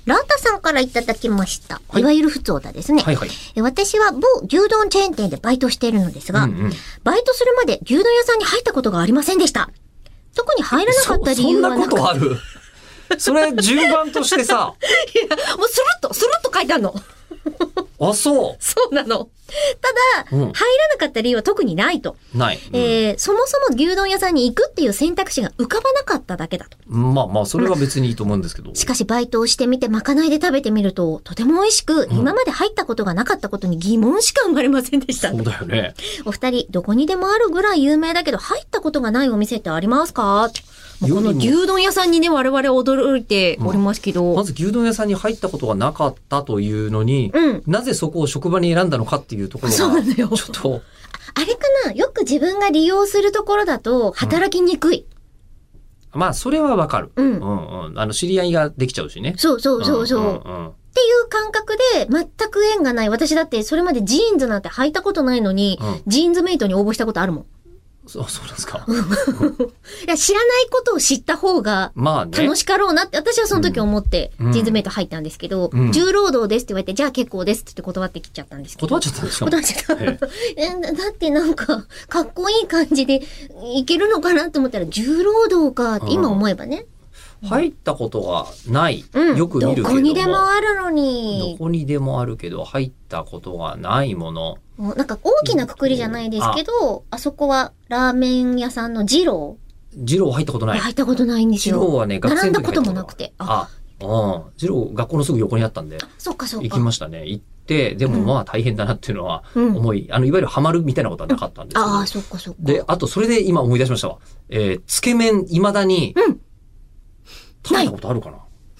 ラータさんからいただきました。 はい、 いわゆる普通だですね。 はいはい。 私は某牛丼チェーン店でバイトしているのですが、バイトするまで牛丼屋さんに入ったことがありませんでした。特に入らなかった理由はなく。 そんなことある？それ順番としてさ。 いや、もうスルッと書いてあるの。 あ、そう。 そうなの。ただ、入らなかった理由は特にないと。 ない。 そもそも牛丼屋さんに行くっていう選択肢が浮かばなかっただけだと。 まあまあ、それは別にいいと思うんですけど。 しかし、バイトをしてみて、まかないで食べてみると、とても美味しく、今まで入ったことがなかったことに疑問しか生まれませんでした。 そうだよね。 お二人、どこにでもあるぐらい有名だけど、入ったことがないお店ってありますか？この牛丼屋さんにね、我々驚いておりますけど。 まず牛丼屋さんに入ったことがなかったというのに、なぜそこを職場に選んだのかっていうところが、 そうなのよ。 ちょっと。 あれかな？よく自分が利用するところだと、働きにくい。 まあ、それはわかる。知り合いができちゃうしね。 そう。っていう感覚で、全く縁がない。私だって、それまでジーンズなんて履いたことないのに、ジーンズメイトに応募したことあるもん。 そうなんですか。 いや、知らないことを知った方が、楽しかろうなって、私はその時思って、ジーンズメイト入ったんですけど、重労働ですって言われて、じゃあ結構ですって断ってきちゃったんですけど。 断っちゃったんですか？ 断っちゃった。だってなんか、かっこいい感じでいけるのかなと思ったら、重労働かって今思えばね。 入ったことがない。よく見るけども。 どこにでもあるのに。 どこにでもあるけど、入ったことがないもの。 なんか大きな括りじゃないですけど、あそこはラーメン屋さんの二郎。 二郎入ったことない。 入ったことないんですよ。 二郎はね、学生の時並んだこともなくて。 二郎学校のすぐ横にあったんで。 そうか。 行きましたね。行って、でもまあ大変だなっていうのは思い、いわゆるハマるみたいなことはなかったんですけど。 そっか。 で、あとそれで今思い出しましたわ。つけ麺未だに、食べたことあるかな？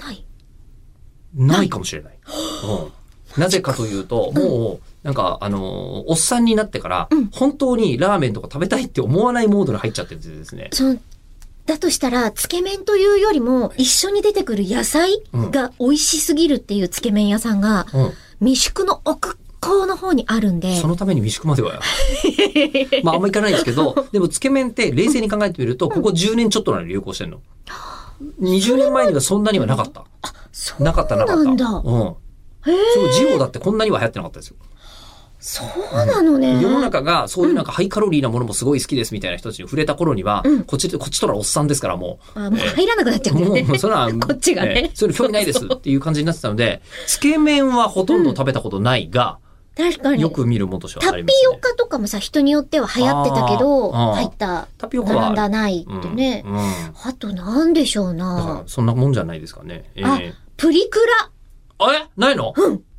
ないかもしれない。なぜかというと、もう、なんか、おっさんになってから、本当にラーメンとか食べたいって思わないモードに入っちゃってるんですね。 だとしたら、つけ麺というよりも、一緒に出てくる野菜が美味しすぎるっていうつけ麺屋さんが、三宿の奥この方にあるんで。 そのために三宿までは。まあ、あんま行かないんですけど、でもつけ麺って冷静に考えてみると、ここ10年ちょっとなのに流行してんの。20年前にはそんなにはなかった。 そうなんだ。 そう、ジオだってこんなには流行ってなかったですよ。 そうなのね。 世の中がそういうなんかハイカロリーなものもすごい好きですみたいな人たちに触れた頃には、こっちとらおっさんですからもう。 もう入らなくなっちゃうんだよね。 もうそれは、 こっちがね。 そういうの興味ないですっていう感じになってたので、つけ麺はほとんど食べたことないが、 確かに。 よく見るものとしてはありますね。 タピオカとかもさ、人によっては流行ってたけど、入った。 タピオカは並んだないってね。あとなんでしょうな。 そんなもんじゃないですかね。 プリクラ。 ないの？